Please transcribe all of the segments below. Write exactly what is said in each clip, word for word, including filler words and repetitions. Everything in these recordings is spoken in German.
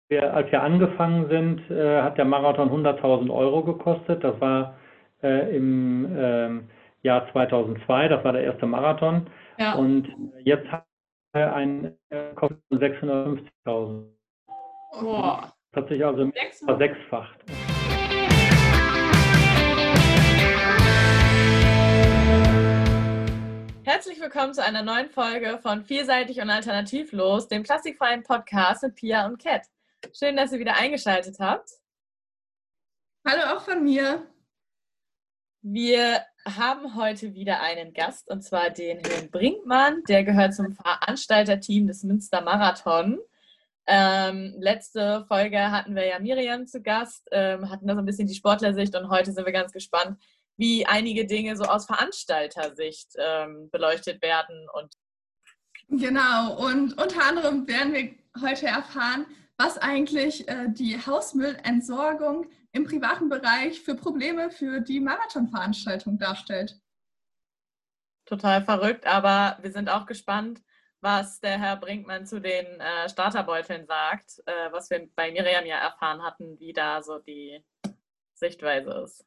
wir, als wir angefangen sind, äh, hat der Marathon hunderttausend Euro gekostet. Das war äh, im ähm, Jahr zweitausendzwei, das war der erste Marathon. Ja. Und jetzt hat er einen äh, Kosten von sechshundertfünfzigtausend. Boah. Das hat sich also sechshundert. versechsfacht. Herzlich willkommen zu einer neuen Folge von Vielseitig und Alternativlos, dem plastikfreien Podcast mit Pia und Kat. Schön, dass ihr wieder eingeschaltet habt. Hallo auch von mir. Wir haben heute wieder einen Gast, und zwar den Herrn Brinkmann. Der gehört zum Veranstalterteam des Münster Marathon. Ähm, letzte Folge hatten wir ja Miriam zu Gast, ähm, hatten da so ein bisschen die Sportlersicht, und heute sind wir ganz gespannt, wie einige Dinge so aus Veranstaltersicht ähm, beleuchtet werden. Und Genau, und unter anderem werden wir heute erfahren, was eigentlich äh, die Hausmüllentsorgung im privaten Bereich für Probleme für die Marathonveranstaltung darstellt. total verrückt, aber wir sind auch gespannt, was der Herr Brinkmann zu den äh, Starterbeuteln sagt, äh, was wir bei Miriam ja erfahren hatten, wie da so die Sichtweise ist.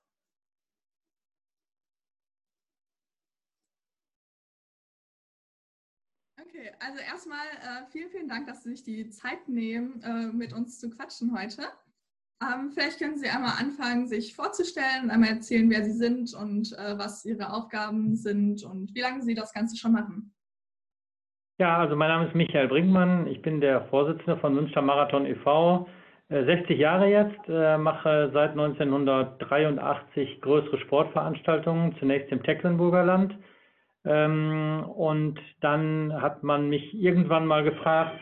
Okay, also erstmal äh, vielen, vielen Dank, dass Sie sich die Zeit nehmen, äh, mit uns zu quatschen heute. Ähm, vielleicht können Sie einmal anfangen, sich vorzustellen und einmal erzählen, wer Sie sind und äh, was Ihre Aufgaben sind und wie lange Sie das Ganze schon machen. Ja, also mein Name ist Michael Brinkmann. Ich bin der Vorsitzende von Münster Marathon e V Äh, sechzig Jahre jetzt, äh, mache seit neunzehnhundertdreiundachtzig größere Sportveranstaltungen, zunächst im Tecklenburger Land. Ähm, und dann hat man mich irgendwann mal gefragt,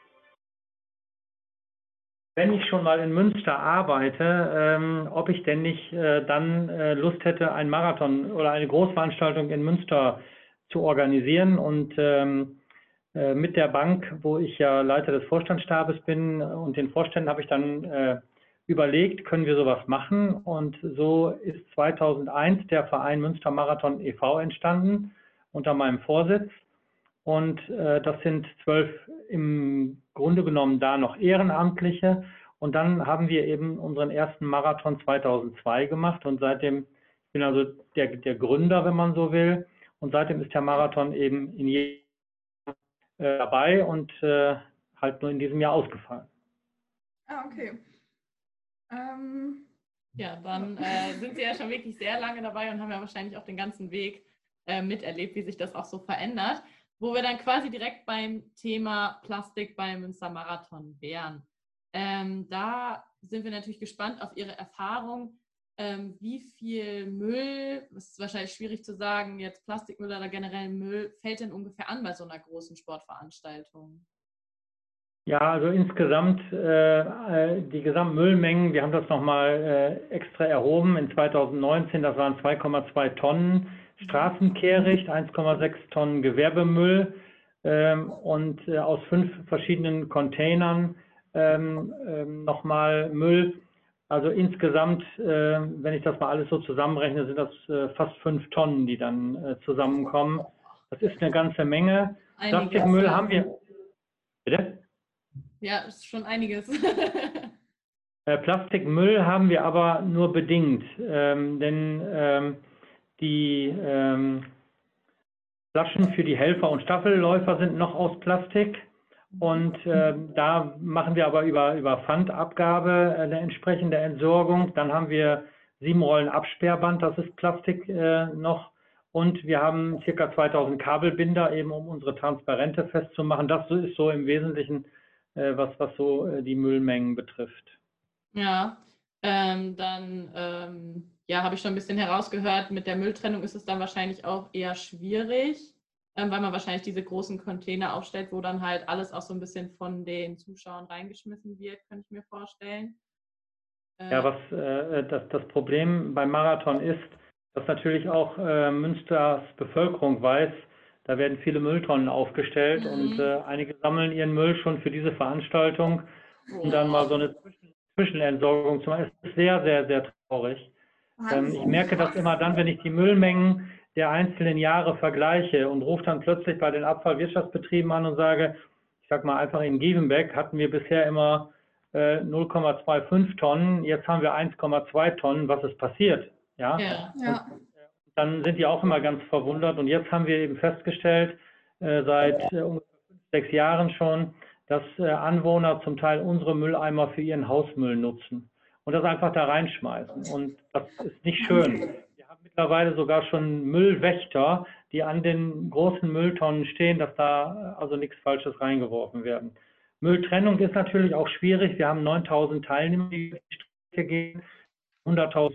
wenn ich schon mal in Münster arbeite, ähm, ob ich denn nicht äh, dann äh, Lust hätte, einen Marathon oder eine Großveranstaltung in Münster zu organisieren. Und ähm, äh, mit der Bank, wo ich ja Leiter des Vorstandsstabes bin, und den Vorständen habe ich dann äh, überlegt, können wir sowas machen? Und so ist zweitausendeins der Verein Münster Marathon e V entstanden, unter meinem Vorsitz. Und äh, das sind zwölf im Grunde genommen da noch Ehrenamtliche. Und dann haben wir eben unseren ersten Marathon zweitausendzwei gemacht. Und seitdem, ich bin also der, der Gründer, wenn man so will. Und seitdem ist der Marathon eben in jedem Jahr äh, dabei und äh, halt nur in diesem Jahr ausgefallen. Ah, okay. Ähm, Ja, dann äh, sind Sie ja schon wirklich sehr lange dabei und haben ja wahrscheinlich auch den ganzen Weg äh, miterlebt, wie sich das auch so verändert. Wo wir dann quasi direkt beim Thema Plastik beim Münster Marathon wären. Ähm, da sind wir natürlich gespannt auf Ihre Erfahrung. Ähm, wie viel Müll, das ist wahrscheinlich schwierig zu sagen, jetzt Plastikmüll oder generell Müll, fällt denn ungefähr an bei so einer großen Sportveranstaltung? Ja, also insgesamt äh, die Gesamtmüllmengen, wir haben das nochmal äh, extra erhoben in zweitausendneunzehn, das waren zwei Komma zwei Tonnen Straßenkehricht, eins Komma sechs Tonnen Gewerbemüll ähm, und äh, aus fünf verschiedenen Containern ähm, ähm, nochmal Müll. Also insgesamt, äh, wenn ich das mal alles so zusammenrechne, sind das äh, fast fünf Tonnen, die dann äh, zusammenkommen. Das ist eine ganze Menge. Einiges, Plastikmüll ja. haben wir. Bitte? Ja, ist schon einiges. Äh, Plastikmüll haben wir aber nur bedingt, ähm, denn ähm, die ähm, Flaschen für die Helfer und Staffelläufer sind noch aus Plastik, und äh, da machen wir aber über, über Pfandabgabe äh, eine entsprechende Entsorgung. Dann haben wir sieben Rollen Absperrband, das ist Plastik äh, noch, und wir haben circa zweitausend Kabelbinder, eben um unsere Transparente festzumachen. Das ist so im Wesentlichen, äh, was, was so äh, die Müllmengen betrifft. Ja, ähm, dann ähm, ja, habe ich schon ein bisschen herausgehört, mit der Mülltrennung ist es dann wahrscheinlich auch eher schwierig, ähm, weil man wahrscheinlich diese großen Container aufstellt, wo dann halt alles auch so ein bisschen von den Zuschauern reingeschmissen wird, könnte ich mir vorstellen. Äh, Ja, was äh, das, das Problem beim Marathon ist, dass natürlich auch äh, Münsters Bevölkerung weiß, da werden viele Mülltonnen aufgestellt, Mhm. und äh, einige sammeln ihren Müll schon für diese Veranstaltung, um dann mal so eine Zwischen Zwischenentsorgung zu machen. Es ist sehr, sehr, sehr traurig. Ähm, ich merke das immer dann, wenn ich die Müllmengen der einzelnen Jahre vergleiche, und rufe dann plötzlich bei den Abfallwirtschaftsbetrieben an und sage, ich sag mal einfach in Gievenbeck hatten wir bisher immer äh, null Komma fünfundzwanzig Tonnen, jetzt haben wir eins Komma zwei Tonnen, was ist passiert? Ja? Ja. Ja. Und dann sind die auch immer ganz verwundert. Und jetzt haben wir eben festgestellt, äh, seit äh, ungefähr fünf, sechs Jahren schon, dass äh, Anwohner zum Teil unsere Mülleimer für ihren Hausmüll nutzen und das einfach da reinschmeißen. Und das ist nicht schön. Wir haben mittlerweile sogar schon Müllwächter, die an den großen Mülltonnen stehen, dass da also nichts Falsches reingeworfen werden. Mülltrennung ist natürlich auch schwierig. Wir haben neuntausend Teilnehmer, die die Strecke gehen, hunderttausend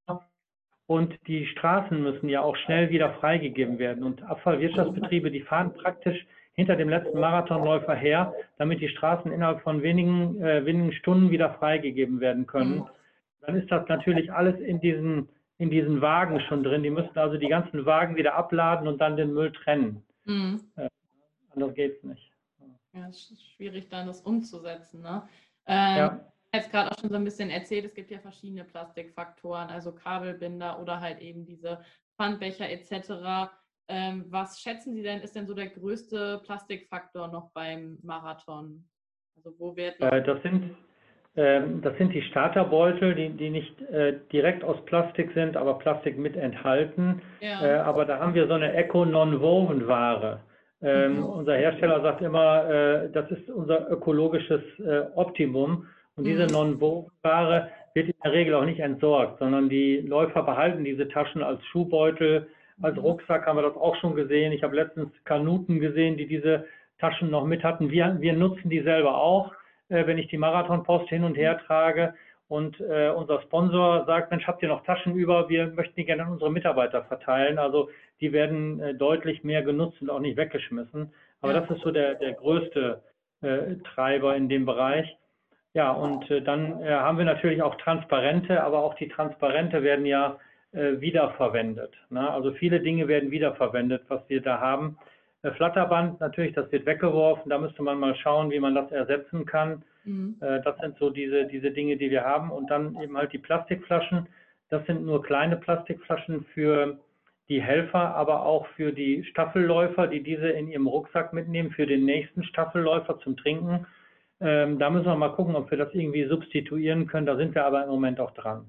und die Straßen müssen ja auch schnell wieder freigegeben werden. Und Abfallwirtschaftsbetriebe, die fahren praktisch hinter dem letzten Marathonläufer her, damit die Straßen innerhalb von wenigen, äh, wenigen Stunden wieder freigegeben werden können. Dann ist das natürlich alles in diesen, in diesen Wagen schon drin. Die müssen also die ganzen Wagen wieder abladen und dann den Müll trennen. Mhm. Äh, anders geht es nicht. Ja, es ist schwierig, dann das umzusetzen. Ne? Ähm, Ja. Jetzt gerade auch schon so ein bisschen erzählt, es gibt ja verschiedene Plastikfaktoren, also Kabelbinder oder halt eben diese Pfandbecher et cetera. Ähm, was schätzen Sie denn, ist denn so der größte Plastikfaktor noch beim Marathon? Also wo wird noch Äh, das sind, ähm, das sind die Starterbeutel, die, die nicht äh, direkt aus Plastik sind, aber Plastik mit enthalten. Ja. Äh, aber da haben wir so eine Eco-Non-Woven-Ware. Ähm, Mhm. Unser Hersteller sagt immer, äh, das ist unser ökologisches äh, Optimum. Und diese Mhm. Non-Woven-Ware wird in der Regel auch nicht entsorgt, sondern die Läufer behalten diese Taschen als Schuhbeutel, als Mhm. Rucksack haben wir das auch schon gesehen. Ich habe letztens Kanuten gesehen, die diese Taschen noch mit hatten. Wir, wir nutzen die selber auch, äh, wenn ich die Marathonpost hin und her trage. Und äh, unser Sponsor sagt, Mensch, habt ihr noch Taschen über? Wir möchten die gerne an unsere Mitarbeiter verteilen. Also die werden äh, deutlich mehr genutzt und auch nicht weggeschmissen. Aber Ja. das ist so der, der größte äh, Treiber in dem Bereich. Ja, und äh, dann äh, haben wir natürlich auch Transparente, aber auch die Transparente werden ja äh, wiederverwendet. Ne? Also viele Dinge werden wiederverwendet, was wir da haben. Äh, Flatterband natürlich, das wird weggeworfen, da müsste man mal schauen, wie man das ersetzen kann. Mhm. Äh, das sind so diese, diese Dinge, die wir haben. Und dann eben halt die Plastikflaschen. Das sind nur kleine Plastikflaschen für die Helfer, aber auch für die Staffelläufer, die diese in ihrem Rucksack mitnehmen, für den nächsten Staffelläufer zum Trinken. Ähm, da müssen wir mal gucken, ob wir das irgendwie substituieren können. Da sind wir aber im Moment auch dran.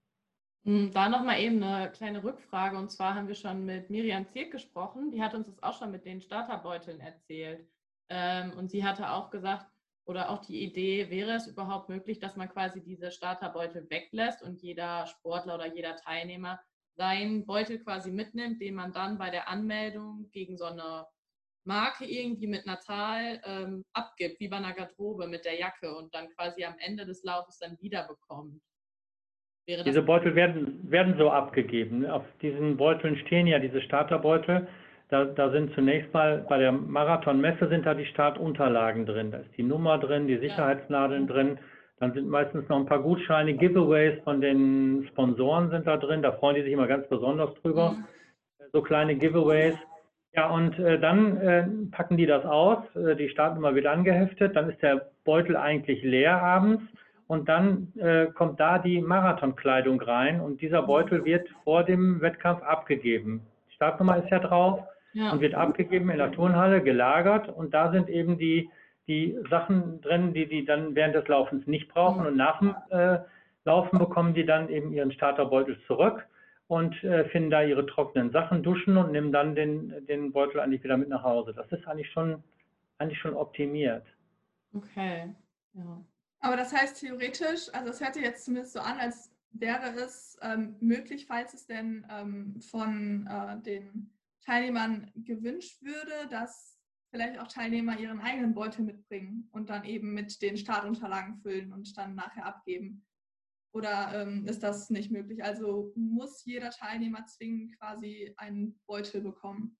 Mm, Da nochmal eben eine kleine Rückfrage. Und zwar haben wir schon mit Miriam Zierk gesprochen. Die hat uns das auch schon mit den Starterbeuteln erzählt. Ähm, und sie hatte auch gesagt, oder auch die Idee, wäre es überhaupt möglich, dass man quasi diese Starterbeutel weglässt und jeder Sportler oder jeder Teilnehmer seinen Beutel quasi mitnimmt, den man dann bei der Anmeldung gegen so eine Marke irgendwie mit einer Zahl ähm, abgibt, wie bei einer Garderobe mit der Jacke und dann quasi am Ende des Laufes dann wiederbekommt. Wäre das Diese Beutel werden, werden so abgegeben. Auf diesen Beuteln stehen ja diese Starterbeutel. Da, da sind zunächst mal bei der Marathonmesse sind da die Startunterlagen drin. Da ist die Nummer drin, die Sicherheitsnadeln drin. Dann sind meistens noch ein paar Gutscheine, Giveaways von den Sponsoren sind da drin. Da freuen die sich immer ganz besonders drüber. Mhm. So kleine Giveaways. Ja, und äh, dann äh, packen die das aus. Äh, die Startnummer wird angeheftet. Dann ist der Beutel eigentlich leer abends. Und dann äh, kommt da die Marathonkleidung rein und dieser Beutel wird vor dem Wettkampf abgegeben. Die Startnummer ist ja drauf Ja. und wird abgegeben in der Turnhalle, gelagert und da sind eben die, die Sachen drin, die die dann während des Laufens nicht brauchen Mhm. und nach dem äh, Laufen bekommen die dann eben ihren Starterbeutel zurück und äh, finden da ihre trockenen Sachen, duschen und nehmen dann den, den Beutel eigentlich wieder mit nach Hause. Das ist eigentlich schon, eigentlich schon optimiert. Okay. Ja. Aber das heißt theoretisch, also es hört sich jetzt zumindest so an, als wäre es ähm, möglich, falls es denn ähm, von äh, den Teilnehmern gewünscht würde, dass vielleicht auch Teilnehmer ihren eigenen Beutel mitbringen und dann eben mit den Startunterlagen füllen und dann nachher abgeben. Oder ähm, ist das nicht möglich? Also muss jeder Teilnehmer zwingend quasi einen Beutel bekommen?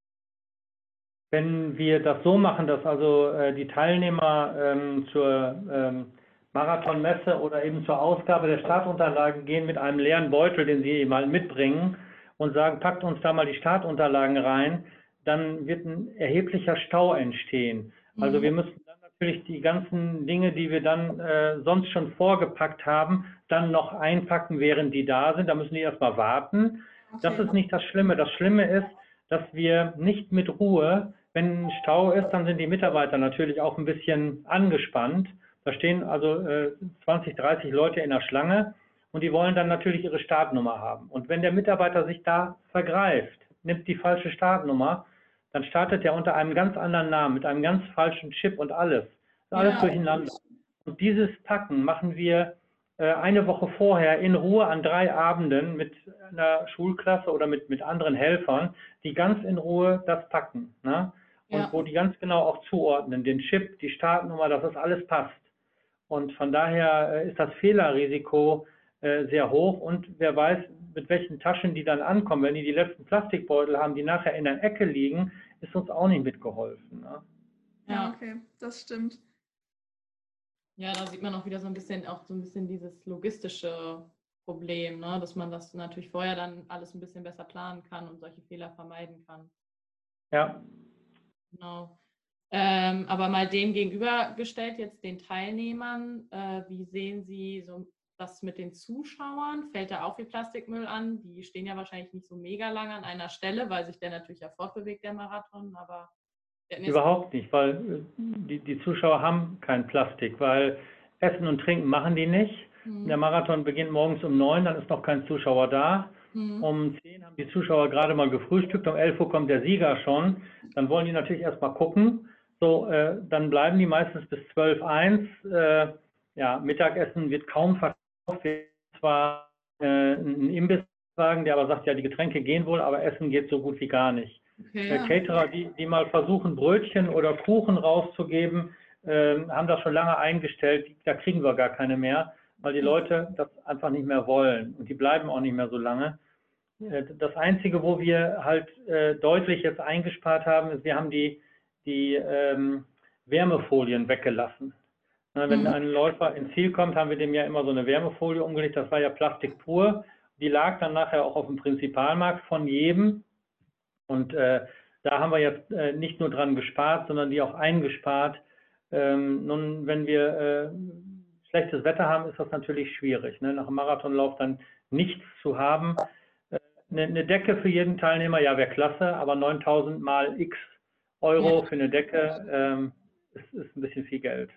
Wenn wir das so machen, dass also äh, die Teilnehmer ähm, zur ähm, Marathonmesse oder eben zur Ausgabe der Startunterlagen gehen mit einem leeren Beutel, den sie mal mitbringen und sagen, packt uns da mal die Startunterlagen rein, dann wird ein erheblicher Stau entstehen. Also Mhm. wir müssen dann natürlich die ganzen Dinge, die wir dann äh, sonst schon vorgepackt haben, dann noch einpacken, während die da sind. Da müssen die erstmal warten. Das Okay. ist nicht das Schlimme. Das Schlimme ist, dass wir nicht mit Ruhe, wenn ein Stau ist, dann sind die Mitarbeiter natürlich auch ein bisschen angespannt. Da stehen also äh, zwanzig, dreißig Leute in der Schlange und die wollen dann natürlich ihre Startnummer haben. Und wenn der Mitarbeiter sich da vergreift, nimmt die falsche Startnummer, dann startet er unter einem ganz anderen Namen, mit einem ganz falschen Chip und alles. Alles Ja. durcheinander. Und dieses Packen machen wir äh, eine Woche vorher in Ruhe an drei Abenden mit einer Schulklasse oder mit, mit anderen Helfern, die ganz in Ruhe das packen. Ne? Und Ja. wo die ganz genau auch zuordnen, den Chip, die Startnummer, dass das alles passt. Und von daher äh, ist das Fehlerrisiko äh, sehr hoch und wer weiß, mit welchen Taschen die dann ankommen. Wenn die die letzten Plastikbeutel haben, die nachher in der Ecke liegen, ist uns auch nicht mitgeholfen. Ne? Ja, Ja. okay, das stimmt. Ja, da sieht man auch wieder so ein bisschen auch so ein bisschen dieses logistische Problem, ne? Dass man das natürlich vorher dann alles ein bisschen besser planen kann und solche Fehler vermeiden kann. Ja. Genau. Ähm, aber mal dem gegenübergestellt, jetzt den Teilnehmern, äh, wie sehen Sie so das mit den Zuschauern? Fällt da auch viel Plastikmüll an? Die stehen ja wahrscheinlich nicht so mega lang an einer Stelle, weil sich der natürlich ja fortbewegt, der Marathon, aber wir hatten jetzt- Überhaupt nicht, weil äh, die, die Zuschauer haben kein Plastik, weil Essen und Trinken machen die nicht. Hm. Der Marathon beginnt morgens um neun, dann ist noch kein Zuschauer da. Hm. Um zehn haben die Zuschauer gerade mal gefrühstückt, um elf Uhr kommt der Sieger schon. Dann wollen die natürlich erstmal gucken. So, äh, dann bleiben die meistens bis zwölf Uhr eins. Äh, ja, Mittagessen wird kaum verkauft. Wir haben zwar äh, einen Imbisswagen, der aber sagt, ja, die Getränke gehen wohl, aber Essen geht so gut wie gar nicht. Okay. Äh, Caterer, die, die mal versuchen, Brötchen oder Kuchen rauszugeben, äh, haben das schon lange eingestellt. Da kriegen wir gar keine mehr, weil die Leute das einfach nicht mehr wollen. Und die bleiben auch nicht mehr so lange. Äh, das Einzige, wo wir halt äh, deutlich jetzt eingespart haben, ist, wir haben die, die ähm, Wärmefolien weggelassen. Na, wenn Mhm. ein Läufer ins Ziel kommt, haben wir dem ja immer so eine Wärmefolie umgelegt. Das war ja Plastik pur. Die lag dann nachher auch auf dem Prinzipalmarkt von jedem. Und äh, da haben wir jetzt äh, nicht nur dran gespart, sondern die auch eingespart. Ähm, nun, wenn wir äh, schlechtes Wetter haben, ist das natürlich schwierig, ne? Nach dem Marathonlauf dann nichts zu haben. Äh, eine, eine Decke für jeden Teilnehmer, ja, wäre klasse, aber neuntausend mal x Euro Ja. für eine Decke ähm, ist, ist ein bisschen viel Geld.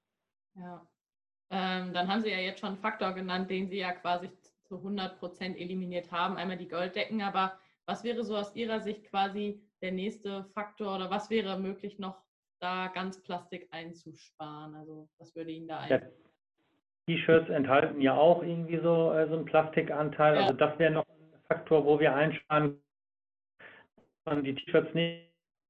Ja. Ähm, dann haben Sie ja jetzt schon einen Faktor genannt, den Sie ja quasi zu hundert Prozent eliminiert haben, einmal die Golddecken, aber was wäre so aus Ihrer Sicht quasi der nächste Faktor oder was wäre möglich noch da ganz Plastik einzusparen? Also was würde Ihnen da Ja, ein? T-Shirts enthalten ja auch irgendwie so, äh, so einen Plastikanteil, Ja. also das wäre noch ein Faktor, wo wir einsparen können, die T-Shirts nicht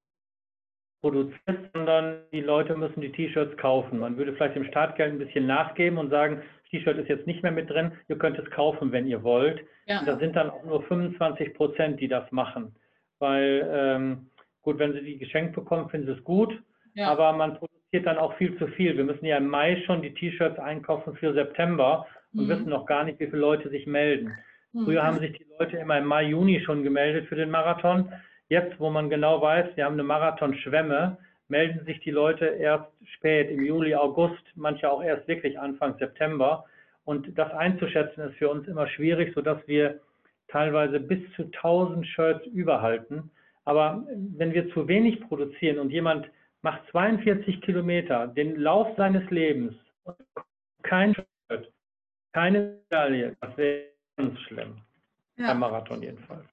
produziert, sondern die Leute müssen die T-Shirts kaufen. Man würde vielleicht dem Startgeld ein bisschen nachgeben und sagen, das T-Shirt ist jetzt nicht mehr mit drin, ihr könnt es kaufen, wenn ihr wollt. Ja. Und das sind dann auch nur fünfundzwanzig Prozent, die das machen. Weil, ähm, gut, wenn sie die geschenkt bekommen, finden sie es gut, Ja. aber man produziert dann auch viel zu viel. Wir müssen ja im Mai schon die T-Shirts einkaufen für September und Mhm. wissen noch gar nicht, wie viele Leute sich melden. Mhm. Früher haben sich die Leute immer im Mai, Juni schon gemeldet für den Marathon. Jetzt, wo man genau weiß, wir haben eine Marathonschwemme, melden sich die Leute erst spät im Juli, August, manche auch erst wirklich Anfang September. Und das einzuschätzen ist für uns immer schwierig, sodass wir teilweise bis zu tausend Shirts überhalten. Aber wenn wir zu wenig produzieren und jemand macht zweiundvierzig Kilometer, den Lauf seines Lebens, und kein Shirt, keine Medaille, das wäre ganz schlimm. Ja. Beim Marathon jedenfalls.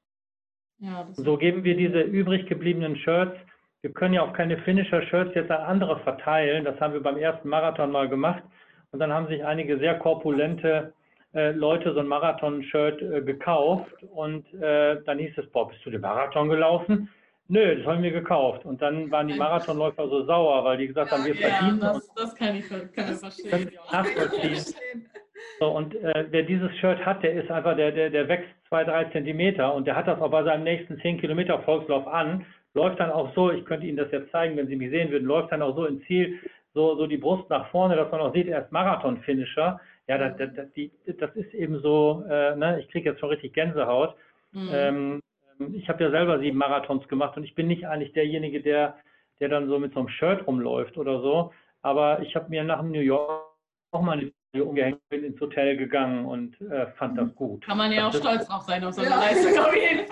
Ja, das So geben wir diese übrig gebliebenen Shirts. Wir können ja auch keine Finisher-Shirts jetzt an andere verteilen. Das haben wir beim ersten Marathon mal gemacht. Und dann haben sich einige sehr korpulente äh, Leute so ein Marathon-Shirt äh, gekauft. Und äh, dann hieß es, boah, bist du den Marathon gelaufen? Nö, das haben wir gekauft. Und dann waren die Marathonläufer so sauer, weil die gesagt haben, wir ja, verdienen das, das kann ich, kann ich uns verstehen. Ja. nachvollziehen. So, und äh, wer dieses Shirt hat, der ist einfach, der, der, der wächst zwei, drei Zentimeter und der hat das auch bei seinem nächsten zehn Kilometer Volkslauf an, läuft dann auch so, ich könnte Ihnen das jetzt zeigen, wenn Sie mich sehen würden, läuft dann auch so ins Ziel, so, so die Brust nach vorne, dass man auch sieht, er ist Marathon-Finisher. Ja, das, das, das, die, das ist eben so, äh, ne, ich kriege jetzt schon richtig Gänsehaut. Mhm. Ähm, ich habe ja selber sieben Marathons gemacht und ich bin nicht eigentlich derjenige, der, der dann so mit so einem Shirt rumläuft oder so, aber ich habe mir nach dem New York auch mal eine umgehängt, bin ins Hotel gegangen und äh, fand das gut. Kann man ja auch das stolz drauf sein auf so eine Ja. Leistung, auf jeden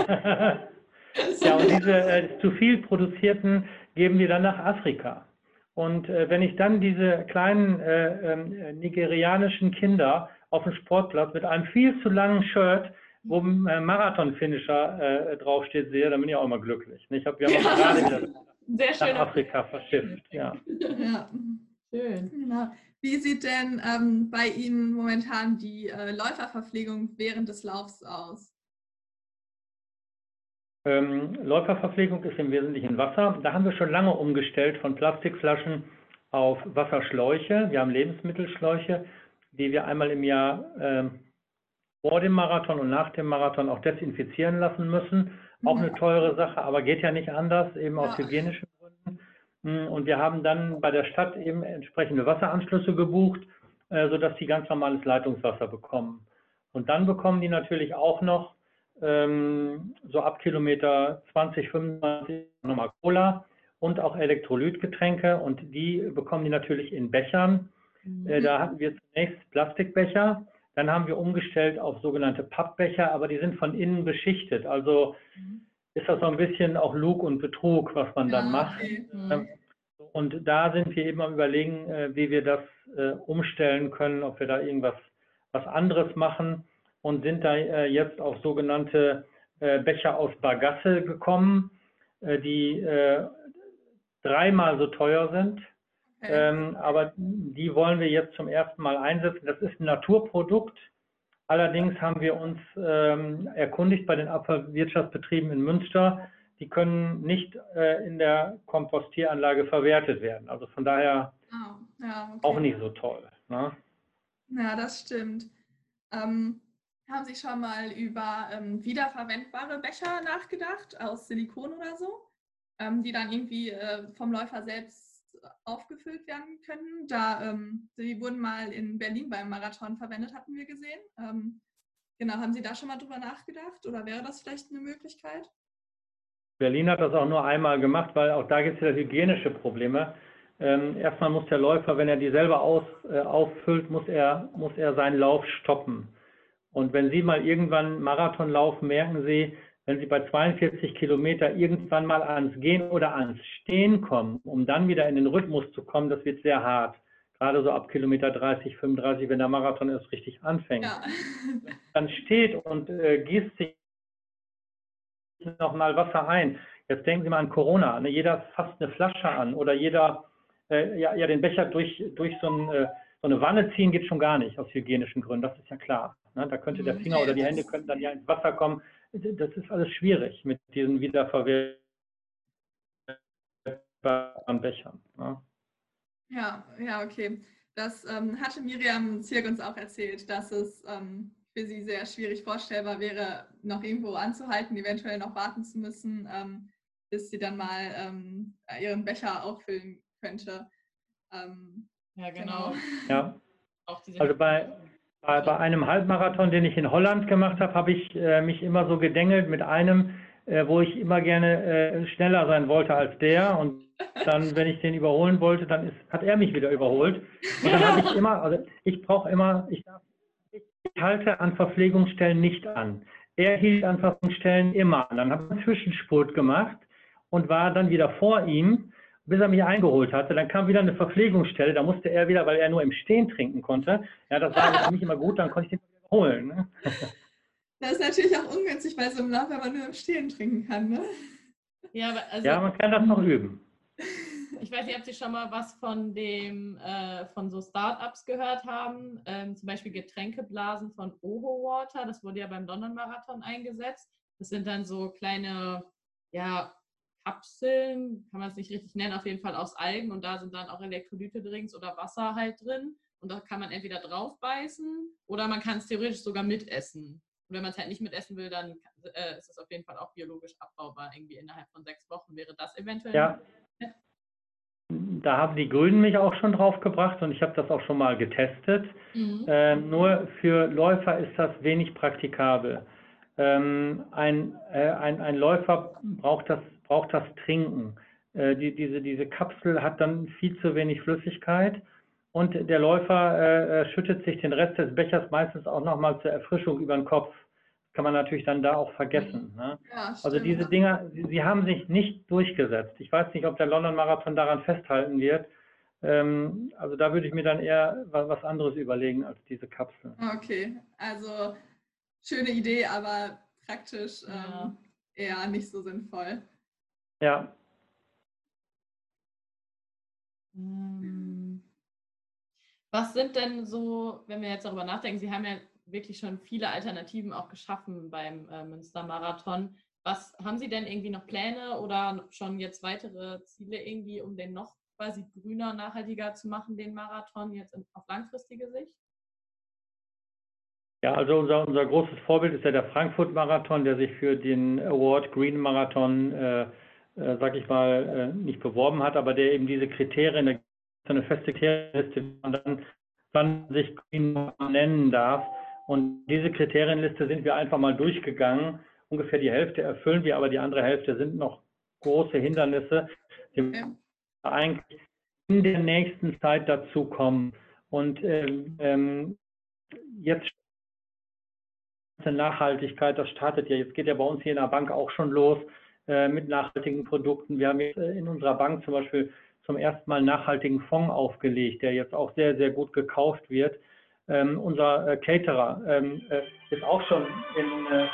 Fall. Ja, und diese äh, zu viel produzierten geben wir dann nach Afrika. Und äh, wenn ich dann diese kleinen äh, äh, nigerianischen Kinder auf dem Sportplatz mit einem viel zu langen Shirt, wo ein äh, Marathon-Finisher äh, draufsteht, sehe, dann bin ich auch immer glücklich. Ich hab, wir haben Ja, gerade wieder sehr nach Afrika verschifft. Ja. Ja. Schön. Genau. Wie sieht denn ähm, bei Ihnen momentan die äh, Läuferverpflegung während des Laufs aus? Ähm, Läuferverpflegung ist im Wesentlichen Wasser. Da haben wir schon lange umgestellt von Plastikflaschen auf Wasserschläuche. Wir haben Lebensmittelschläuche, die wir einmal im Jahr ähm, vor dem Marathon und nach dem Marathon auch desinfizieren lassen müssen. Auch eine teure Sache, aber geht ja nicht anders, eben aus Ja. hygienischen Gründen. Und wir haben dann bei der Stadt eben entsprechende Wasseranschlüsse gebucht, äh, sodass die ganz normales Leitungswasser bekommen. Und dann bekommen die natürlich auch noch ähm, so ab Kilometer zwanzig, fünfundzwanzig nochmal Cola und auch Elektrolytgetränke. Und die bekommen die natürlich in Bechern. Äh, da hatten wir zunächst Plastikbecher. Dann haben wir umgestellt auf sogenannte Pappbecher, aber die sind von innen beschichtet. Also ist das so ein bisschen auch Lug und Betrug, was man dann Ja, macht. okay. Mhm. Und da sind wir eben am Überlegen, wie wir das umstellen können, ob wir da irgendwas was anderes machen und sind da jetzt auf sogenannte Becher aus Bargasse gekommen, die dreimal so teuer sind. Okay. Ähm, aber die wollen wir jetzt zum ersten Mal einsetzen. Das ist ein Naturprodukt. Allerdings haben wir uns ähm, erkundigt bei den Abfallwirtschaftsbetrieben in Münster. Die können nicht äh, in der Kompostieranlage verwertet werden. Also von daher Oh, ja, okay. auch nicht so toll. Ne? Ja, das stimmt. Ähm, haben Sie schon mal über ähm, wiederverwendbare Becher nachgedacht, aus Silikon oder so, ähm, die dann irgendwie äh, vom Läufer selbst aufgefüllt werden können? Da, ähm, die wurden mal in Berlin beim Marathon verwendet, hatten wir gesehen. Ähm, genau, haben Sie da schon mal drüber nachgedacht oder wäre das vielleicht eine Möglichkeit? Berlin hat das auch nur einmal gemacht, weil auch da gibt es ja hygienische Probleme. Ähm, erstmal muss der Läufer, wenn er die selber aus, äh, auffüllt, muss er, muss er seinen Lauf stoppen. Und wenn Sie mal irgendwann Marathon laufen, merken Sie, wenn Sie bei zweiundvierzig Kilometer irgendwann mal ans Gehen oder ans Stehen kommen, um dann wieder in den Rhythmus zu kommen, das wird sehr hart. Gerade so ab Kilometer dreißig, fünfunddreißig, wenn der Marathon erst richtig anfängt. Ja. Dann steht und äh, gießt sich noch mal Wasser ein. Jetzt denken Sie mal an Corona. Ne? Jeder fasst eine Flasche an oder jeder, äh, ja, ja, den Becher durch, durch so, ein, äh, so eine Wanne ziehen geht schon gar nicht aus hygienischen Gründen. Das ist ja klar. Ne? Da könnte der Finger oder die Hände könnten dann ja ins Wasser kommen. Das ist alles schwierig mit diesen wiederverwertbaren Bechern. Ne? Ja, ja, okay. Das ähm, hatte Miriam Zirk uns auch erzählt, dass es ähm, für sie sehr schwierig vorstellbar wäre, noch irgendwo anzuhalten, eventuell noch warten zu müssen, ähm, bis sie dann mal ähm, ihren Becher auffüllen könnte. Ähm, Ja, genau. Ja, Auch diese also bei, bei, bei einem Halbmarathon, den ich in Holland gemacht habe, habe ich äh, mich immer so gedengelt mit einem, äh, wo ich immer gerne äh, schneller sein wollte als der. Und dann, wenn ich den überholen wollte, dann ist, hat er mich wieder überholt. Und dann habe ich immer, also ich brauche immer, ich, darf, ich halte an Verpflegungsstellen nicht an. Er hielt an Verpflegungsstellen immer an. Dann habe ich einen Zwischenspurt gemacht und war dann wieder vor ihm, bis er mich eingeholt hatte. Dann kam wieder eine Verpflegungsstelle, da musste er wieder, weil er nur im Stehen trinken konnte. Ja, das war für mich immer gut, dann konnte ich den wieder überholen. Ne? Das ist natürlich auch ungünstig bei so einem Lauf, wenn man nur im Stehen trinken kann, ne? Ja, aber also, Ja, man kann das noch üben. ich weiß nicht, ob Sie schon mal was von dem äh, von so Startups gehört haben, ähm, zum Beispiel Getränkeblasen von Oho Water, das wurde ja beim London Marathon eingesetzt. Das sind dann so kleine, ja, Kapseln, kann man es nicht richtig nennen, auf jeden Fall aus Algen, und da sind dann auch Elektrolyte-Drinks oder Wasser halt drin, und da kann man entweder drauf beißen oder man kann es theoretisch sogar mitessen. Und wenn man es halt nicht mitessen will, dann äh, ist es auf jeden Fall auch biologisch abbaubar, irgendwie innerhalb von sechs Wochen wäre das eventuell. Ja. Da haben die Grünen mich auch schon drauf gebracht und ich habe das auch schon mal getestet. Mhm. Äh, nur für Läufer ist das wenig praktikabel. Ähm, ein, äh, ein, ein Läufer braucht das, braucht das Trinken. Äh, die, diese, diese Kapsel hat dann viel zu wenig Flüssigkeit und der Läufer äh, schüttet sich den Rest des Bechers meistens auch nochmal zur Erfrischung über den Kopf. Kann man natürlich dann da auch vergessen. Ne? Ja, Also diese Dinger, sie, sie haben sich nicht durchgesetzt. Ich weiß nicht, ob der London Marathon daran festhalten wird, Ähm, also da würde ich mir dann eher was, was anderes überlegen als diese Kapsel. Okay, also schöne Idee, aber praktisch Ja. ähm, eher nicht so sinnvoll. Ja. Ähm, Was sind denn so, wenn wir jetzt darüber nachdenken, Sie haben ja wirklich schon viele Alternativen auch geschaffen beim äh, Münster-Marathon. Was haben Sie denn irgendwie noch Pläne oder schon jetzt weitere Ziele irgendwie, um den noch quasi grüner, nachhaltiger zu machen, den Marathon jetzt in, auf langfristige Sicht? Ja, also unser, unser großes Vorbild ist ja der Frankfurt-Marathon, der sich für den Award Green Marathon, äh, äh, sag ich mal, äh, nicht beworben hat, aber der eben diese Kriterien, da gibt es eine feste Kriterienliste, wie man dann wann sich Green Marathon nennen darf. Und diese Kriterienliste sind wir einfach mal durchgegangen. Ungefähr die Hälfte erfüllen wir, aber die andere Hälfte sind noch große Hindernisse, die Ja. eigentlich in der nächsten Zeit dazu kommen. Und ähm, ähm, jetzt Nachhaltigkeit, das startet ja, jetzt geht ja bei uns hier in der Bank auch schon los äh, mit nachhaltigen Produkten. Wir haben jetzt äh, in unserer Bank zum Beispiel zum ersten Mal einen nachhaltigen Fonds aufgelegt, der jetzt auch sehr, sehr gut gekauft wird. Ähm, unser äh, Caterer ähm, äh, ist auch schon in, äh,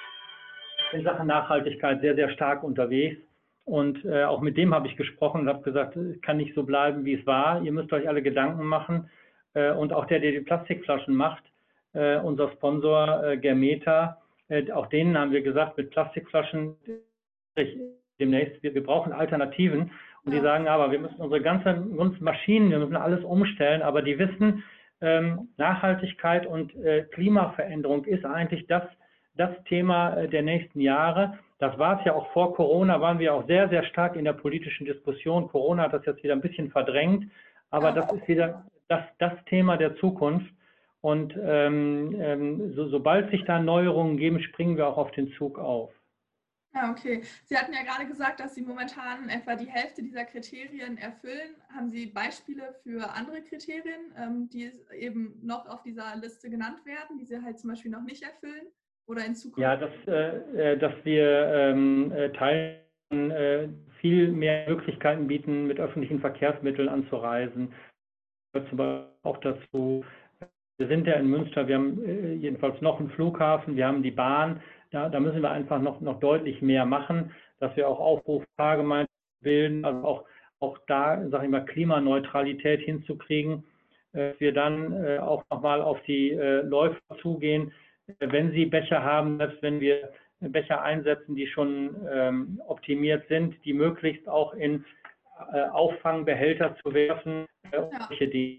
in Sachen Nachhaltigkeit sehr, sehr stark unterwegs. Und äh, auch mit dem habe ich gesprochen und habe gesagt, es kann nicht so bleiben, wie es war. Ihr müsst euch alle Gedanken machen. Äh, und auch der, der die Plastikflaschen macht, äh, unser Sponsor äh, Germeta, äh, auch denen haben wir gesagt, mit Plastikflaschen demnächst, wir, wir brauchen Alternativen. Und Ja. die sagen aber, wir müssen unsere ganzen, ganzen Maschinen, wir müssen alles umstellen. Aber die wissen, ähm, Nachhaltigkeit und äh, Klimaveränderung ist eigentlich das, das Thema äh, der nächsten Jahre. Das war es ja auch vor Corona, waren wir auch sehr, sehr stark in der politischen Diskussion. Corona hat das jetzt wieder ein bisschen verdrängt, aber Ja. das ist wieder das, das Thema der Zukunft. Und ähm, ähm, so, sobald sich da Neuerungen geben, springen wir auch auf den Zug auf. Ja, okay. Sie hatten ja gerade gesagt, dass Sie momentan etwa die Hälfte dieser Kriterien erfüllen. Haben Sie Beispiele für andere Kriterien, ähm, die eben noch auf dieser Liste genannt werden, die Sie halt zum Beispiel noch nicht erfüllen oder in Zukunft? Ja, dass, äh, dass wir ähm, äh, Teilen äh, viel mehr Möglichkeiten bieten, mit öffentlichen Verkehrsmitteln anzureisen. Zum Beispiel auch dazu. Wir sind ja in Münster, wir haben äh, jedenfalls noch einen Flughafen, wir haben die Bahn. Da, da müssen wir einfach noch, noch deutlich mehr machen, dass wir auch Aufruffahrgemeinschaften bilden, also auch, auch da, sage ich mal, Klimaneutralität hinzukriegen. Äh, wir dann äh, auch nochmal auf die äh, Läufer zugehen, äh, wenn sie Becher haben, selbst wenn wir Becher einsetzen, die schon ähm, optimiert sind, die möglichst auch in äh, Auffangbehälter zu werfen, äh, Ja. solche Dinge.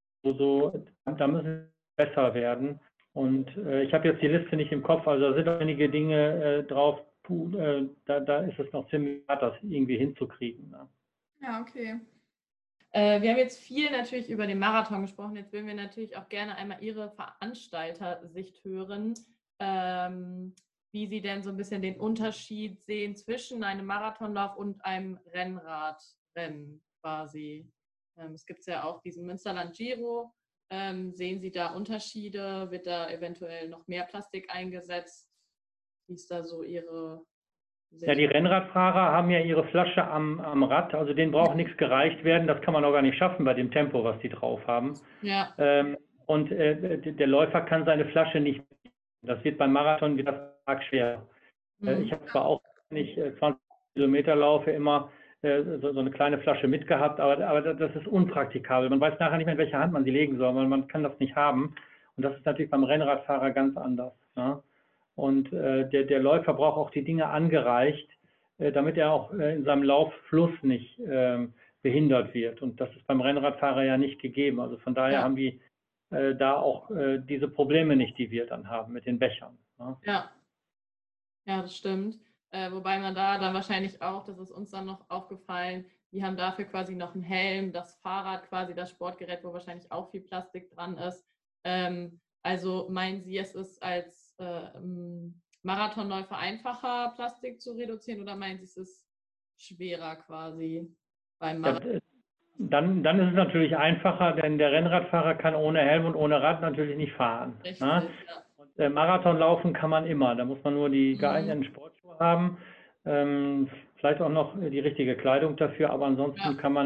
So, da müssen wir besser werden. Und äh, ich habe jetzt die Liste nicht im Kopf, also da sind einige Dinge äh, drauf, puh, äh, da, da ist es noch ziemlich hart, das irgendwie hinzukriegen. Ne? Ja, okay. Äh, wir haben jetzt viel natürlich über den Marathon gesprochen. Jetzt würden wir natürlich auch gerne einmal Ihre Veranstalter-Sicht hören, ähm, wie Sie denn so ein bisschen den Unterschied sehen zwischen einem Marathonlauf und einem Rennradrennen quasi. Ähm, es gibt ja auch diesen Münsterland Giro. Ähm, sehen Sie da Unterschiede? Wird da eventuell noch mehr Plastik eingesetzt? Wie ist da so Ihre Sicht? Ja, die Rennradfahrer haben ja ihre Flasche am, am Rad, also denen braucht nichts gereicht werden, das kann man auch gar nicht schaffen bei dem Tempo, was die drauf haben. Ja. Ähm, und äh, der Läufer kann seine Flasche nicht, das wird beim Marathon wieder arg schwer. Mhm. Äh, ich habe zwar auch, wenn ich äh, zwanzig Kilometer laufe, immer äh, so, so eine kleine Flasche mitgehabt, aber, aber das ist unpraktikabel. Man weiß nachher nicht mehr, in welche Hand man sie legen soll, weil man kann das nicht haben. Und das ist natürlich beim Rennradfahrer ganz anders. Ja? Und äh, der, der Läufer braucht auch die Dinge angereicht, äh, damit er auch äh, in seinem Lauffluss nicht äh, behindert wird. Und das ist beim Rennradfahrer ja nicht gegeben. Also von daher Ja. haben die äh, da auch äh, diese Probleme nicht, die wir dann haben mit den Bechern. Ne? Ja. Ja, das stimmt. Äh, wobei man da dann wahrscheinlich auch, das ist uns dann noch aufgefallen, die haben dafür quasi noch einen Helm, das Fahrrad quasi, das Sportgerät, wo wahrscheinlich auch viel Plastik dran ist. Ähm, also meinen Sie, es ist als äh, Marathonläufer einfacher, Plastik zu reduzieren, oder meinen Sie, es ist schwerer quasi beim Marathon? Ja, dann, dann ist es natürlich einfacher, denn der Rennradfahrer kann ohne Helm und ohne Rad natürlich nicht fahren. Richtig, Ne? ja. Und, äh, Marathon laufen kann man immer, da muss man nur die Mhm. geeigneten Sportschuhe haben, ähm, vielleicht auch noch die richtige Kleidung dafür, aber ansonsten Ja. kann man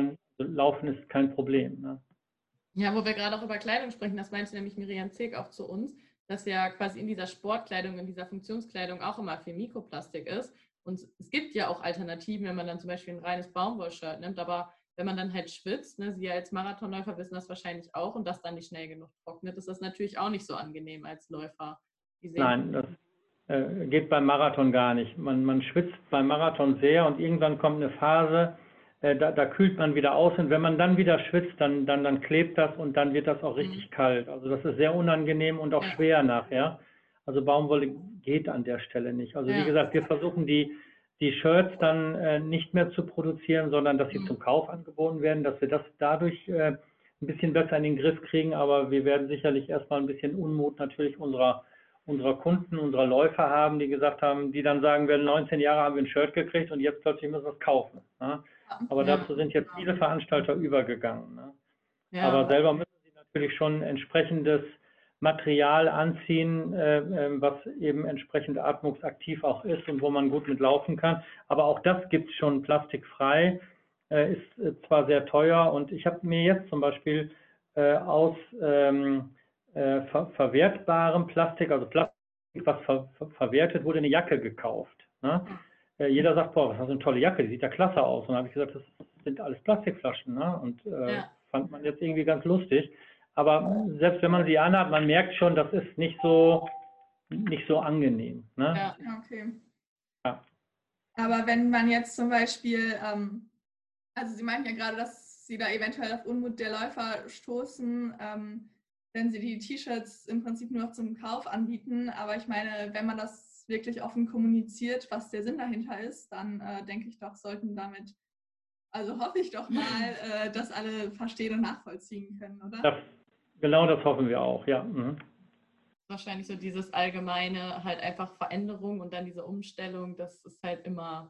Laufen ist kein Problem. Ne? Ja, wo wir gerade auch über Kleidung sprechen, das meinte nämlich Miriam Zirk auch zu uns, dass ja quasi in dieser Sportkleidung, in dieser Funktionskleidung auch immer viel Mikroplastik ist. Und es gibt ja auch Alternativen, wenn man dann zum Beispiel ein reines Baumwollshirt nimmt, aber wenn man dann halt schwitzt, ne, Sie als Marathonläufer wissen das wahrscheinlich auch und das dann nicht schnell genug trocknet, ist das natürlich auch nicht so angenehm als Läufer. Wie sehen Nein, das äh, geht beim Marathon gar nicht. Man, man schwitzt beim Marathon sehr und irgendwann kommt eine Phase, äh, da, da kühlt man wieder aus und wenn man dann wieder schwitzt, dann, dann, dann klebt das und dann wird das auch richtig Mhm. kalt. Also das ist sehr unangenehm und auch Ja. schwer nachher. Also Baumwolle geht an der Stelle nicht. Also wie Ja. gesagt, wir versuchen die, die Shirts dann äh, nicht mehr zu produzieren, sondern dass sie Mhm. zum Kauf angeboten werden, dass wir das dadurch äh, ein bisschen besser in den Griff kriegen. Aber wir werden sicherlich erstmal ein bisschen Unmut natürlich unserer unserer Kunden, unserer Läufer haben, die gesagt haben, die dann sagen werden, neunzehn Jahre haben wir ein Shirt gekriegt und jetzt plötzlich müssen wir es kaufen. Ne? Aber Ja. dazu sind jetzt viele Veranstalter übergegangen. Ne? Ja. Aber selber müssen sie natürlich schon entsprechendes Material anziehen, äh, was eben entsprechend atmungsaktiv auch ist und wo man gut mit laufen kann. Aber auch das gibt es schon plastikfrei, äh, ist äh, zwar sehr teuer und ich habe mir jetzt zum Beispiel äh, aus ähm, äh, ver verwertbarem Plastik, also Plastik, was ver ver verwertet wurde, eine Jacke gekauft. Ne? Äh, jeder sagt, boah, was hast du eine tolle Jacke, die sieht ja klasse aus. Und dann habe ich gesagt, das sind alles Plastikflaschen. Ne? Und äh, Ja. fand man jetzt irgendwie ganz lustig. Aber selbst wenn man sie anhat, man merkt schon, das ist nicht so, nicht so angenehm. Ne? Ja. Okay. Ja. Aber wenn man jetzt zum Beispiel, ähm, also Sie meinten ja gerade, dass Sie da eventuell auf Unmut der Läufer stoßen, ähm, wenn Sie die T-Shirts im Prinzip nur noch zum Kauf anbieten. Aber ich meine, wenn man das wirklich offen kommuniziert, was der Sinn dahinter ist, dann äh, denke ich doch, sollten damit, also hoffe ich doch mal, äh, dass alle verstehen und nachvollziehen können, oder? Das, genau das hoffen wir auch, ja. Mhm. Wahrscheinlich so dieses allgemeine, halt einfach Veränderung und dann diese Umstellung, das ist halt immer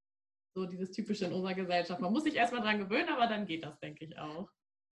so dieses Typische in unserer Gesellschaft. Man muss sich erstmal dran gewöhnen, aber dann geht das, denke ich auch.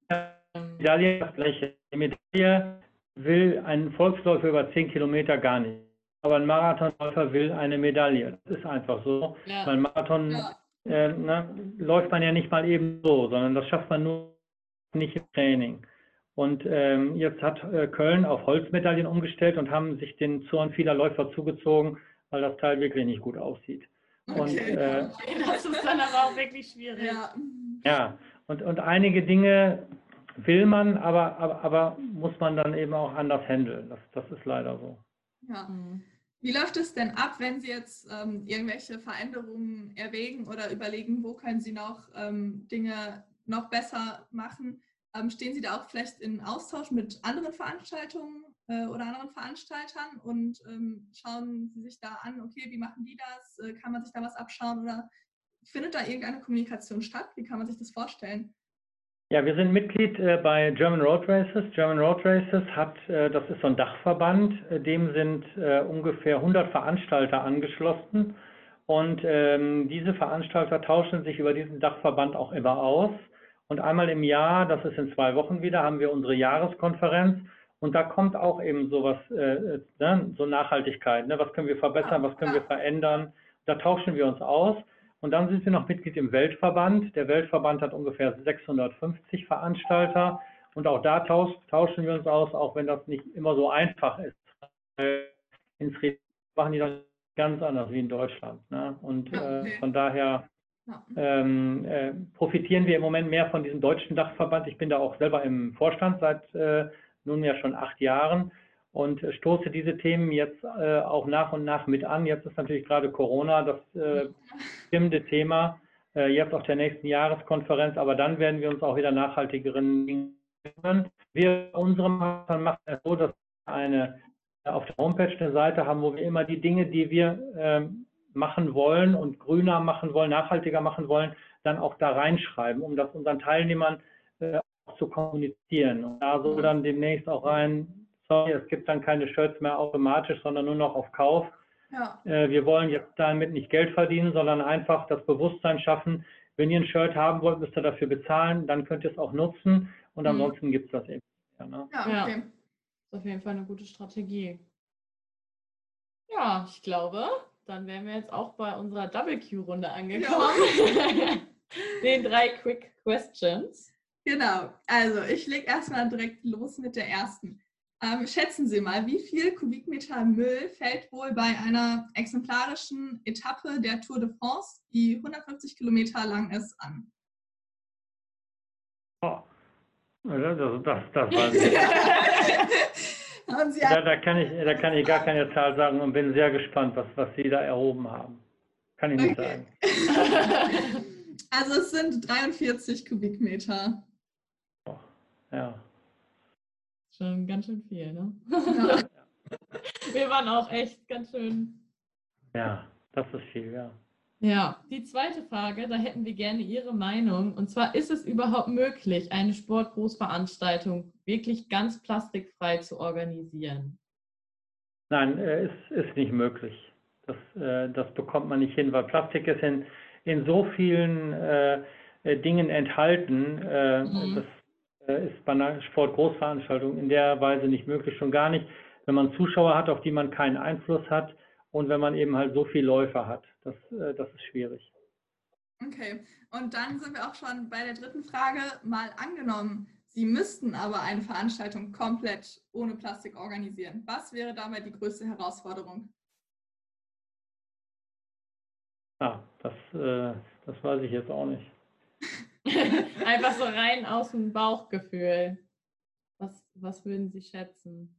Die Medaille ist das Gleiche. Die Medaille will ein Volksläufer über zehn Kilometer gar nicht. Aber ein Marathonläufer will eine Medaille. Das ist einfach so. Ja. Weil Marathon Ja. äh, ne, läuft man ja nicht mal eben so, sondern das schafft man nur nicht im Training. Und ähm, jetzt hat äh, Köln auf Holzmedaillen umgestellt und haben sich den Zorn vieler Läufer zugezogen, weil das Teil wirklich nicht gut aussieht. Und Okay. äh, Das ist dann aber auch wirklich schwierig. Ja. ja, und, und einige Dinge will man, aber, aber, aber muss man dann eben auch anders handeln. Das, das ist leider so. Ja. Mhm. Wie läuft es denn ab, wenn Sie jetzt ähm, irgendwelche Veränderungen erwägen oder überlegen, wo können Sie noch ähm, Dinge noch besser machen? Ähm, stehen Sie da auch vielleicht in Austausch mit anderen Veranstaltungen äh, oder anderen Veranstaltern und ähm, schauen Sie sich da an, okay, wie machen die das? Äh, kann man sich da was abschauen oder findet da irgendeine Kommunikation statt? Wie kann man sich das vorstellen? Ja, wir sind Mitglied äh, bei German Road Races. German Road Races hat, äh, das ist so ein Dachverband, äh, dem sind äh, ungefähr hundert Veranstalter angeschlossen. Und ähm, diese Veranstalter tauschen sich über diesen Dachverband auch immer aus. Und einmal im Jahr, das ist in zwei Wochen wieder, haben wir unsere Jahreskonferenz. Und da kommt auch eben sowas, äh, ne, so Nachhaltigkeit. Ne? Was können wir verbessern, was können wir verändern? Da tauschen wir uns aus. Und dann sind wir noch Mitglied im Weltverband. Der Weltverband hat ungefähr sechshundertfünfzig Veranstalter. Und auch da tausch, tauschen wir uns aus, auch wenn das nicht immer so einfach ist. Ins Real machen die das ganz anders wie in Deutschland. Ne? Und äh, von daher ähm, äh, profitieren wir im Moment mehr von diesem deutschen Dachverband. Ich bin da auch selber im Vorstand seit äh, nunmehr schon acht Jahren und äh, stoße diese Themen jetzt äh, auch nach und nach mit an. Jetzt ist natürlich gerade Corona das äh, bestimmte Thema, äh, jetzt auf der nächsten Jahreskonferenz, aber dann werden wir uns auch wieder nachhaltigeren Dinge kümmern. Wir unserem Marathon machen es so, dass wir eine, auf der Homepage eine Seite haben, wo wir immer die Dinge, die wir ähm, machen wollen und grüner machen wollen, nachhaltiger machen wollen, dann auch da reinschreiben, um das unseren Teilnehmern äh, auch zu kommunizieren. Und da soll dann demnächst auch rein, sorry, es gibt dann keine Shirts mehr automatisch, sondern nur noch auf Kauf. Ja. Äh, wir wollen jetzt damit nicht Geld verdienen, sondern einfach das Bewusstsein schaffen, wenn ihr ein Shirt haben wollt, müsst ihr dafür bezahlen, dann könnt ihr es auch nutzen und ansonsten mhm. gibt es das eben. Ja, ne? Ja, okay. Ja, das ist auf jeden Fall eine gute Strategie. Ja, ich glaube, dann wären wir jetzt auch bei unserer Double-Q-Runde angekommen. Ja. Den drei Quick questions. Genau, also ich lege erstmal direkt los mit der ersten. Ähm, schätzen Sie mal, wie viel Kubikmeter Müll fällt wohl bei einer exemplarischen Etappe der Tour de France, die hundertfünfzig Kilometer lang ist, an? Oh, das, das, das weiß ich nicht. Haben Sie Da, da, kann ich, da kann ich gar keine Zahl sagen und bin sehr gespannt, was, was Sie da erhoben haben. Kann ich nicht Okay. sagen. Also es sind dreiundvierzig Kubikmeter. Oh, ja. Schon ganz schön viel, ne? Ja. Wir waren auch echt ganz schön. Ja, das ist viel, ja. Ja, die zweite Frage, da hätten wir gerne Ihre Meinung. Und zwar, ist es überhaupt möglich, eine Sportgroßveranstaltung wirklich ganz plastikfrei zu organisieren? Nein, äh, ist, ist nicht möglich. Das, äh, das bekommt man nicht hin, weil Plastik ist in, in so vielen äh, äh, Dingen enthalten. Äh, Mhm. Das äh, ist bei einer Sportgroßveranstaltung in der Weise nicht möglich, schon gar nicht, wenn man Zuschauer hat, auf die man keinen Einfluss hat und wenn man eben halt so viele Läufer hat. Das, äh, das ist schwierig. Okay, und dann sind wir auch schon bei der dritten Frage. Mal angenommen, Sie müssten aber eine Veranstaltung komplett ohne Plastik organisieren. Was wäre dabei die größte Herausforderung? Ah, das, äh, das weiß ich jetzt auch nicht. Einfach so rein aus dem Bauchgefühl. Was, was würden Sie schätzen?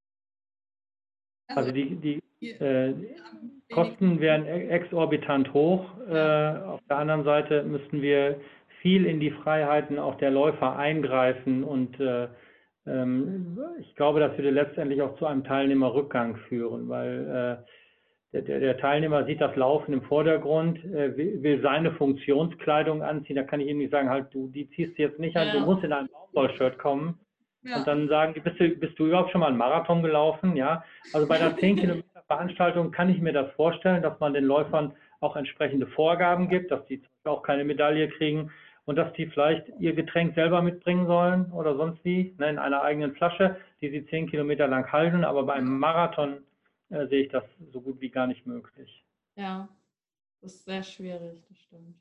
Also die, die ihr- äh, Kosten wären e- exorbitant hoch. Ja. Äh, auf der anderen Seite müssten wir viel in die Freiheiten auch der Läufer eingreifen und äh, ähm, ich glaube, das würde letztendlich auch zu einem Teilnehmerrückgang führen, weil äh, der, der, der Teilnehmer sieht das Laufen im Vordergrund, äh, will, will seine Funktionskleidung anziehen. Da kann ich ihm nicht sagen, halt, du, die ziehst du jetzt nicht an, du Ja. musst in einem Baumwollshirt kommen. Ja. Und dann sagen die, bist du, bist du überhaupt schon mal einen Marathon gelaufen? Ja, also bei einer zehn Kilometer Veranstaltung kann ich mir das vorstellen, dass man den Läufern auch entsprechende Vorgaben gibt, dass die auch keine Medaille kriegen und dass die vielleicht ihr Getränk selber mitbringen sollen oder sonst wie, ne, in einer eigenen Flasche, die sie zehn Kilometer lang halten. Aber beim Marathon äh, sehe ich das so gut wie gar nicht möglich. Ja, das ist sehr schwierig, das stimmt.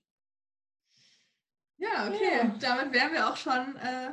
Ja, okay. Ja. Damit wären wir auch schon äh,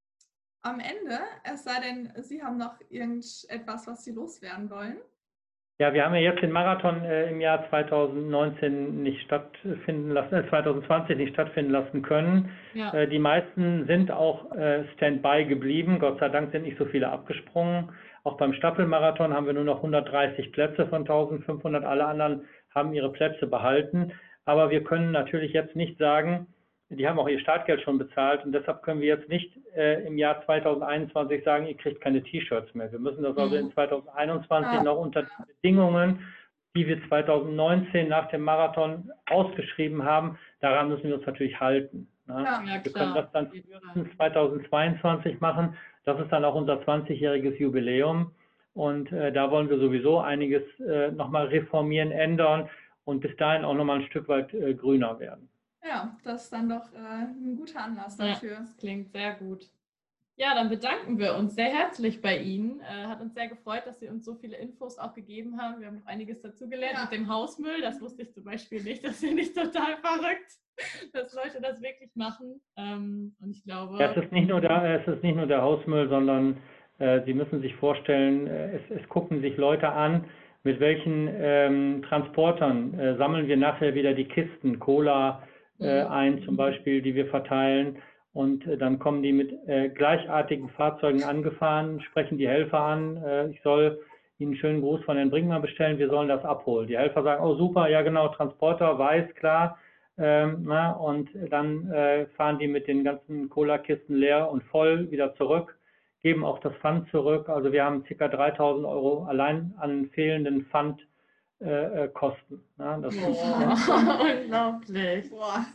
am Ende. Es sei denn, Sie haben noch irgendetwas, was Sie loswerden wollen. Ja, wir haben ja jetzt den Marathon äh, im Jahr zweitausendneunzehn nicht stattfinden lassen, äh, zweitausendzwanzig nicht stattfinden lassen können. Ja. Äh, die meisten sind auch äh, Standby geblieben. Gott sei Dank sind nicht so viele abgesprungen. Auch beim Staffelmarathon haben wir nur noch hundertdreißig Plätze von eintausendfünfhundert. Alle anderen haben ihre Plätze behalten. Aber wir können natürlich jetzt nicht sagen, die haben auch ihr Startgeld schon bezahlt und deshalb können wir jetzt nicht äh, im Jahr zweitausendeinundzwanzig sagen, ihr kriegt keine T-Shirts mehr. Wir müssen das also in zweitausendeinundzwanzig noch unter den Bedingungen, die wir zweitausendneunzehn nach dem Marathon ausgeschrieben haben, daran müssen wir uns natürlich halten. Ne? Ja, Ja, Wir klar. können das dann frühestens zweitausendzweiundzwanzig machen. Das ist dann auch unser zwanzigjähriges Jubiläum und äh, da wollen wir sowieso einiges äh, nochmal reformieren, ändern und bis dahin auch nochmal ein Stück weit äh, grüner werden. Ja, das ist dann doch äh, ein guter Anlass Ja, dafür. das klingt sehr gut. Ja, dann bedanken wir uns sehr herzlich bei Ihnen. Äh, hat uns sehr gefreut, dass Sie uns so viele Infos auch gegeben haben. Wir haben noch einiges dazugelernt Ja. mit dem Hausmüll. Das wusste ich zum Beispiel nicht. Das finde ich total verrückt, dass Leute das wirklich machen. Ähm, und ich glaube... Ja, es ist nicht nur der, es ist nicht nur der Hausmüll, sondern äh, Sie müssen sich vorstellen, äh, es, es gucken sich Leute an, mit welchen ähm, Transportern äh, sammeln wir nachher wieder die Kisten Cola äh, Mhm. ein, zum Beispiel, die wir verteilen. Und äh, dann kommen die mit äh, gleichartigen Fahrzeugen angefahren, sprechen die Helfer an, äh, ich soll Ihnen einen schönen Gruß von Herrn Brinkmann bestellen, wir sollen das abholen. Die Helfer sagen, oh super, ja genau, Transporter, weiß, klar. Ähm, na, und dann äh, fahren die mit den ganzen Cola-Kisten leer und voll wieder zurück, geben auch das Pfand zurück. Also wir haben ca. dreitausend Euro allein an fehlenden Pfandkosten. Äh, Kosten, na, das ist, Boah, unglaublich. Boah,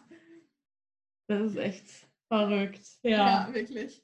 Das ist echt verrückt. ja, Ja, wirklich.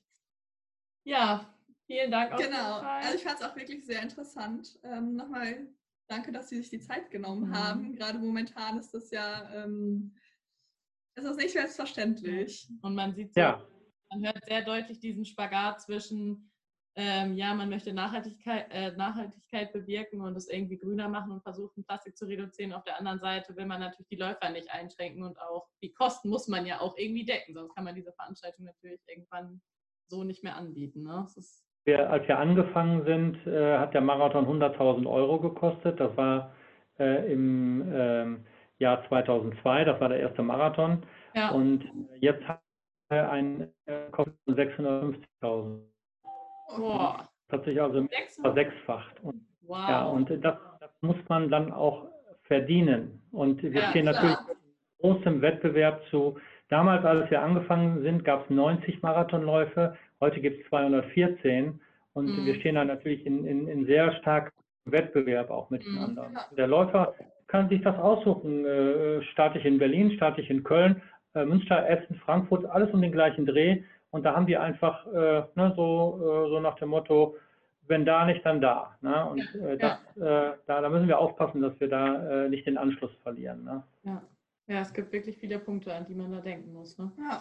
ja, vielen Dank auf Genau. jeden Fall. Also ich fand es auch wirklich sehr interessant. Ähm, nochmal danke, dass Sie sich die Zeit genommen Mhm. haben. Gerade momentan ist das ja ähm, ist das nicht selbstverständlich. Und man sieht so, ja, man hört sehr deutlich diesen Spagat zwischen ähm, ja, man möchte Nachhaltigkeit, äh, Nachhaltigkeit bewirken und es irgendwie grüner machen und versuchen, Plastik zu reduzieren. Auf der anderen Seite will man natürlich die Läufer nicht einschränken und auch die Kosten muss man ja auch irgendwie decken, sonst kann man diese Veranstaltung natürlich irgendwann so nicht mehr anbieten. Ne? Das ist wir, als wir angefangen sind, äh, hat der Marathon hunderttausend Euro gekostet. Das war äh, im ähm, Jahr zweitausendzwei, das war der erste Marathon. ja. Und jetzt hat er einen äh, Kosten von sechshundertfünfzigtausend. Boah. Das hat sich also versechsfacht. Und, wow. ja, und das, das muss man dann auch verdienen. Und wir Ja, stehen klar. natürlich in großem Wettbewerb zu. Damals, als wir angefangen sind, gab es neunzig Marathonläufe. Heute gibt es zweihundertvierzehn. Und Mhm. wir stehen da natürlich in, in, in sehr starkem Wettbewerb auch mit den Mhm. anderen. Der Läufer kann sich das aussuchen. Äh, starte ich in Berlin, starte ich in Köln, äh, Münster, Essen, Frankfurt, alles um den gleichen Dreh. Und da haben die einfach äh, ne, so, äh, so nach dem Motto, wenn da nicht, dann da. Ne? Und äh, das, Ja. äh, da, da müssen wir aufpassen, dass wir da äh, nicht den Anschluss verlieren. Ne? Ja. Ja, es gibt wirklich viele Punkte, an die man da denken muss. Ne? Ja.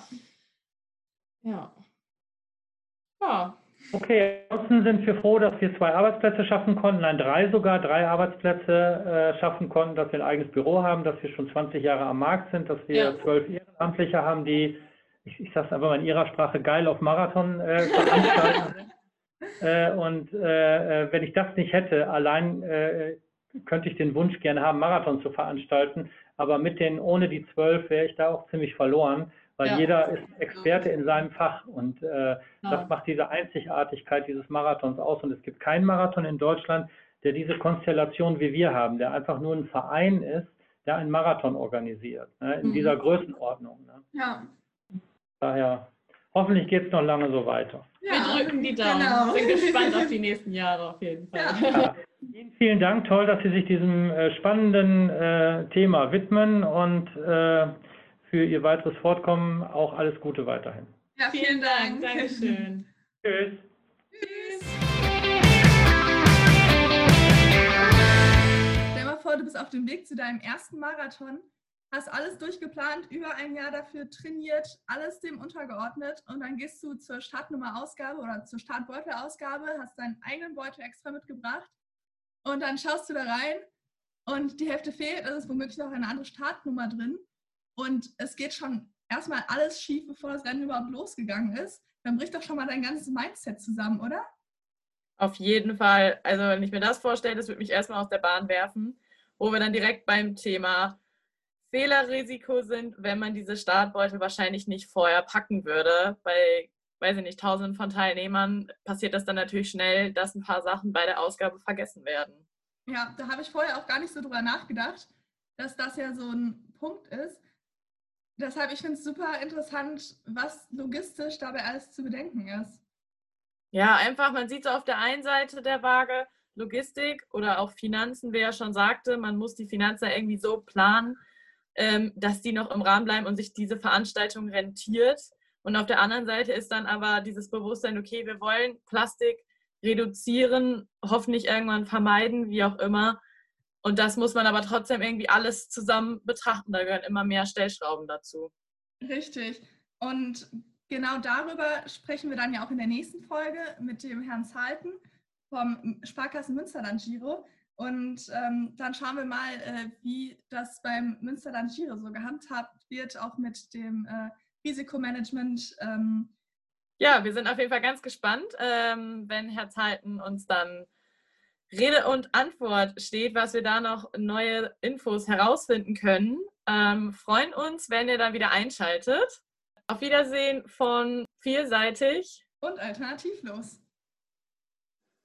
Ja. Ja. Okay, ansonsten sind wir froh, dass wir zwei Arbeitsplätze schaffen konnten, nein, drei sogar, drei Arbeitsplätze äh, schaffen konnten, dass wir ein eigenes Büro haben, dass wir schon zwanzig Jahre am Markt sind, dass wir Ja. zwölf Ehrenamtliche haben, die, ich, ich sage es einfach mal in ihrer Sprache, geil auf Marathon äh, veranstalten sind. Äh, und äh, wenn ich das nicht hätte, allein äh, könnte ich den Wunsch gerne haben, Marathon zu veranstalten, aber mit den, ohne die zwölf wäre ich da auch ziemlich verloren, weil Ja. jeder ist Experte in seinem Fach und äh, Ja. das macht diese Einzigartigkeit dieses Marathons aus. Und es gibt keinen Marathon in Deutschland, der diese Konstellation wie wir haben, der einfach nur ein Verein ist, der einen Marathon organisiert, ne, in Mhm. dieser Größenordnung. Ne. Ja. Daher, hoffentlich geht es noch lange so weiter. Wir Ja, drücken die Daumen. genau. Sind gespannt auf die nächsten Jahre auf jeden Fall. Ja. Ja. Ihnen vielen Dank, toll, dass Sie sich diesem äh, spannenden äh, Thema widmen und äh, für Ihr weiteres Fortkommen auch alles Gute weiterhin. Ja, Vielen Dank. Dankeschön. Tschüss. Tschüss. Stell dir mal vor, du bist auf dem Weg zu deinem ersten Marathon, hast alles durchgeplant, über ein Jahr dafür trainiert, alles dem untergeordnet und dann gehst du zur Startnummer-Ausgabe oder zur Startbeutel-Ausgabe, hast deinen eigenen Beutel extra mitgebracht und dann schaust du da rein und die Hälfte fehlt, also ist womöglich noch eine andere Startnummer drin und es geht schon erstmal alles schief, bevor das Rennen überhaupt losgegangen ist. Dann bricht doch schon mal dein ganzes Mindset zusammen, oder? Auf jeden Fall. Also wenn ich mir das vorstelle, das würde mich erstmal aus der Bahn werfen, wo wir dann direkt beim Thema Fehlerrisiko sind, wenn man diese Startbeutel wahrscheinlich nicht vorher packen würde. Bei, weiß ich nicht, tausenden von Teilnehmern passiert das dann natürlich schnell, dass ein paar Sachen bei der Ausgabe vergessen werden. Ja, da habe ich vorher auch gar nicht so drüber nachgedacht, dass das ja so ein Punkt ist. Deshalb, ich finde es super interessant, was logistisch dabei alles zu bedenken ist. Ja, einfach, man sieht so auf der einen Seite der Waage Logistik oder auch Finanzen, wie er schon sagte, man muss die Finanzen irgendwie so planen, ähm, dass die noch im Rahmen bleiben und sich diese Veranstaltung rentiert. Und auf der anderen Seite ist dann aber dieses Bewusstsein, okay, wir wollen Plastik reduzieren, hoffentlich irgendwann vermeiden, wie auch immer. Und das muss man aber trotzdem irgendwie alles zusammen betrachten. Da gehören immer mehr Stellschrauben dazu. Richtig. Und genau darüber sprechen wir dann ja auch in der nächsten Folge mit dem Herrn Zahlten vom Sparkassen Münsterland Giro. Und ähm, dann schauen wir mal, äh, wie das beim Münsterland Giro so gehandhabt wird, auch mit dem äh, Risikomanagement. Ähm. Ja, wir sind auf jeden Fall ganz gespannt, ähm, wenn Herr Zahlten uns dann Rede und Antwort steht, was wir da noch neue Infos herausfinden können. Ähm, freuen uns, wenn ihr dann wieder einschaltet. Auf Wiedersehen von Vielseitig Und alternativlos.